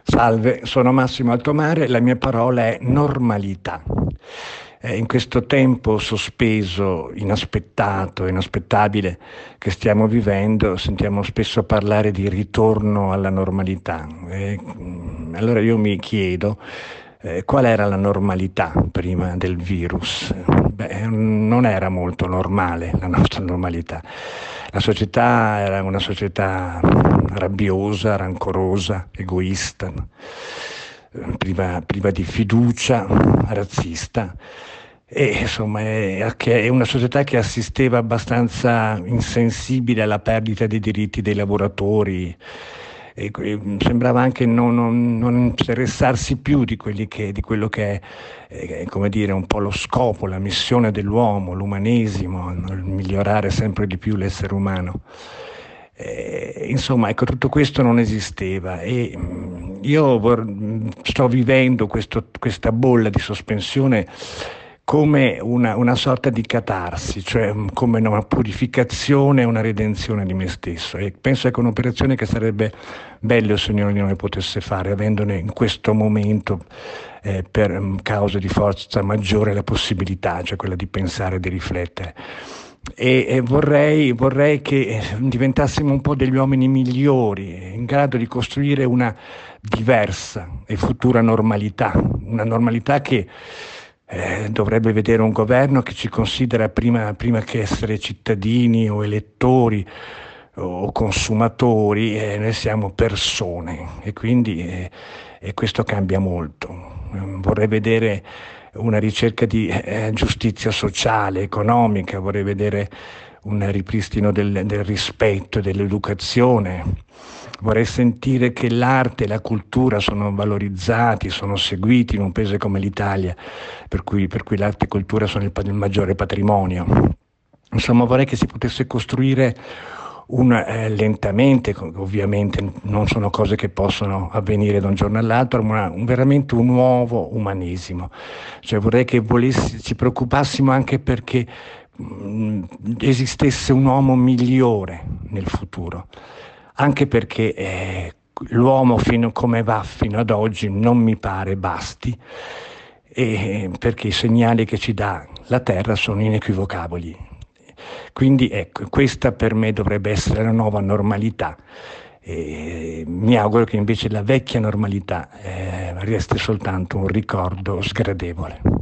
Salve, sono Massimo Altomare, la mia parola è normalità. In questo tempo sospeso, inaspettato, inaspettabile che stiamo vivendo, sentiamo spesso parlare di ritorno alla normalità. Allora io mi chiedo, qual era la normalità prima del virus? Non era molto normale la nostra normalità. La società era una società rabbiosa, rancorosa, egoista, priva di fiducia, razzista. E insomma è una società che assisteva abbastanza insensibile alla perdita dei diritti dei lavoratori e sembrava anche non interessarsi più di quello che è, come dire, un po' lo scopo, la missione dell'uomo, l'umanesimo, il migliorare sempre di più l'essere umano. Insomma, ecco, tutto questo non esisteva e sto vivendo questa bolla di sospensione come una sorta di catarsi, cioè come una purificazione e una redenzione di me stesso. E penso che è un'operazione che sarebbe bello se ognuno di noi potesse fare, avendone in questo momento, per cause di forza maggiore, la possibilità, cioè quella di pensare e di riflettere. E vorrei che diventassimo un po' degli uomini migliori, in grado di costruire una diversa e futura normalità, una normalità che dovrebbe vedere un governo che ci considera prima che essere cittadini o elettori o consumatori, noi siamo persone e quindi questo cambia molto. Vorrei vedere una ricerca di giustizia sociale, economica, vorrei vedere un ripristino del rispetto e dell'educazione. Vorrei sentire che l'arte e la cultura sono valorizzati, sono seguiti in un paese come l'Italia, per cui l'arte e cultura sono il maggiore patrimonio. Insomma, vorrei che si potesse costruire lentamente, ovviamente non sono cose che possono avvenire da un giorno all'altro, ma veramente un nuovo umanesimo. Cioè vorrei che ci preoccupassimo anche perché esistesse un uomo migliore nel futuro, anche perché l'uomo come va fino ad oggi non mi pare basti, e perché i segnali che ci dà la Terra sono inequivocabili. Quindi ecco, questa per me dovrebbe essere la nuova normalità. Mi auguro che invece la vecchia normalità resti soltanto un ricordo sgradevole.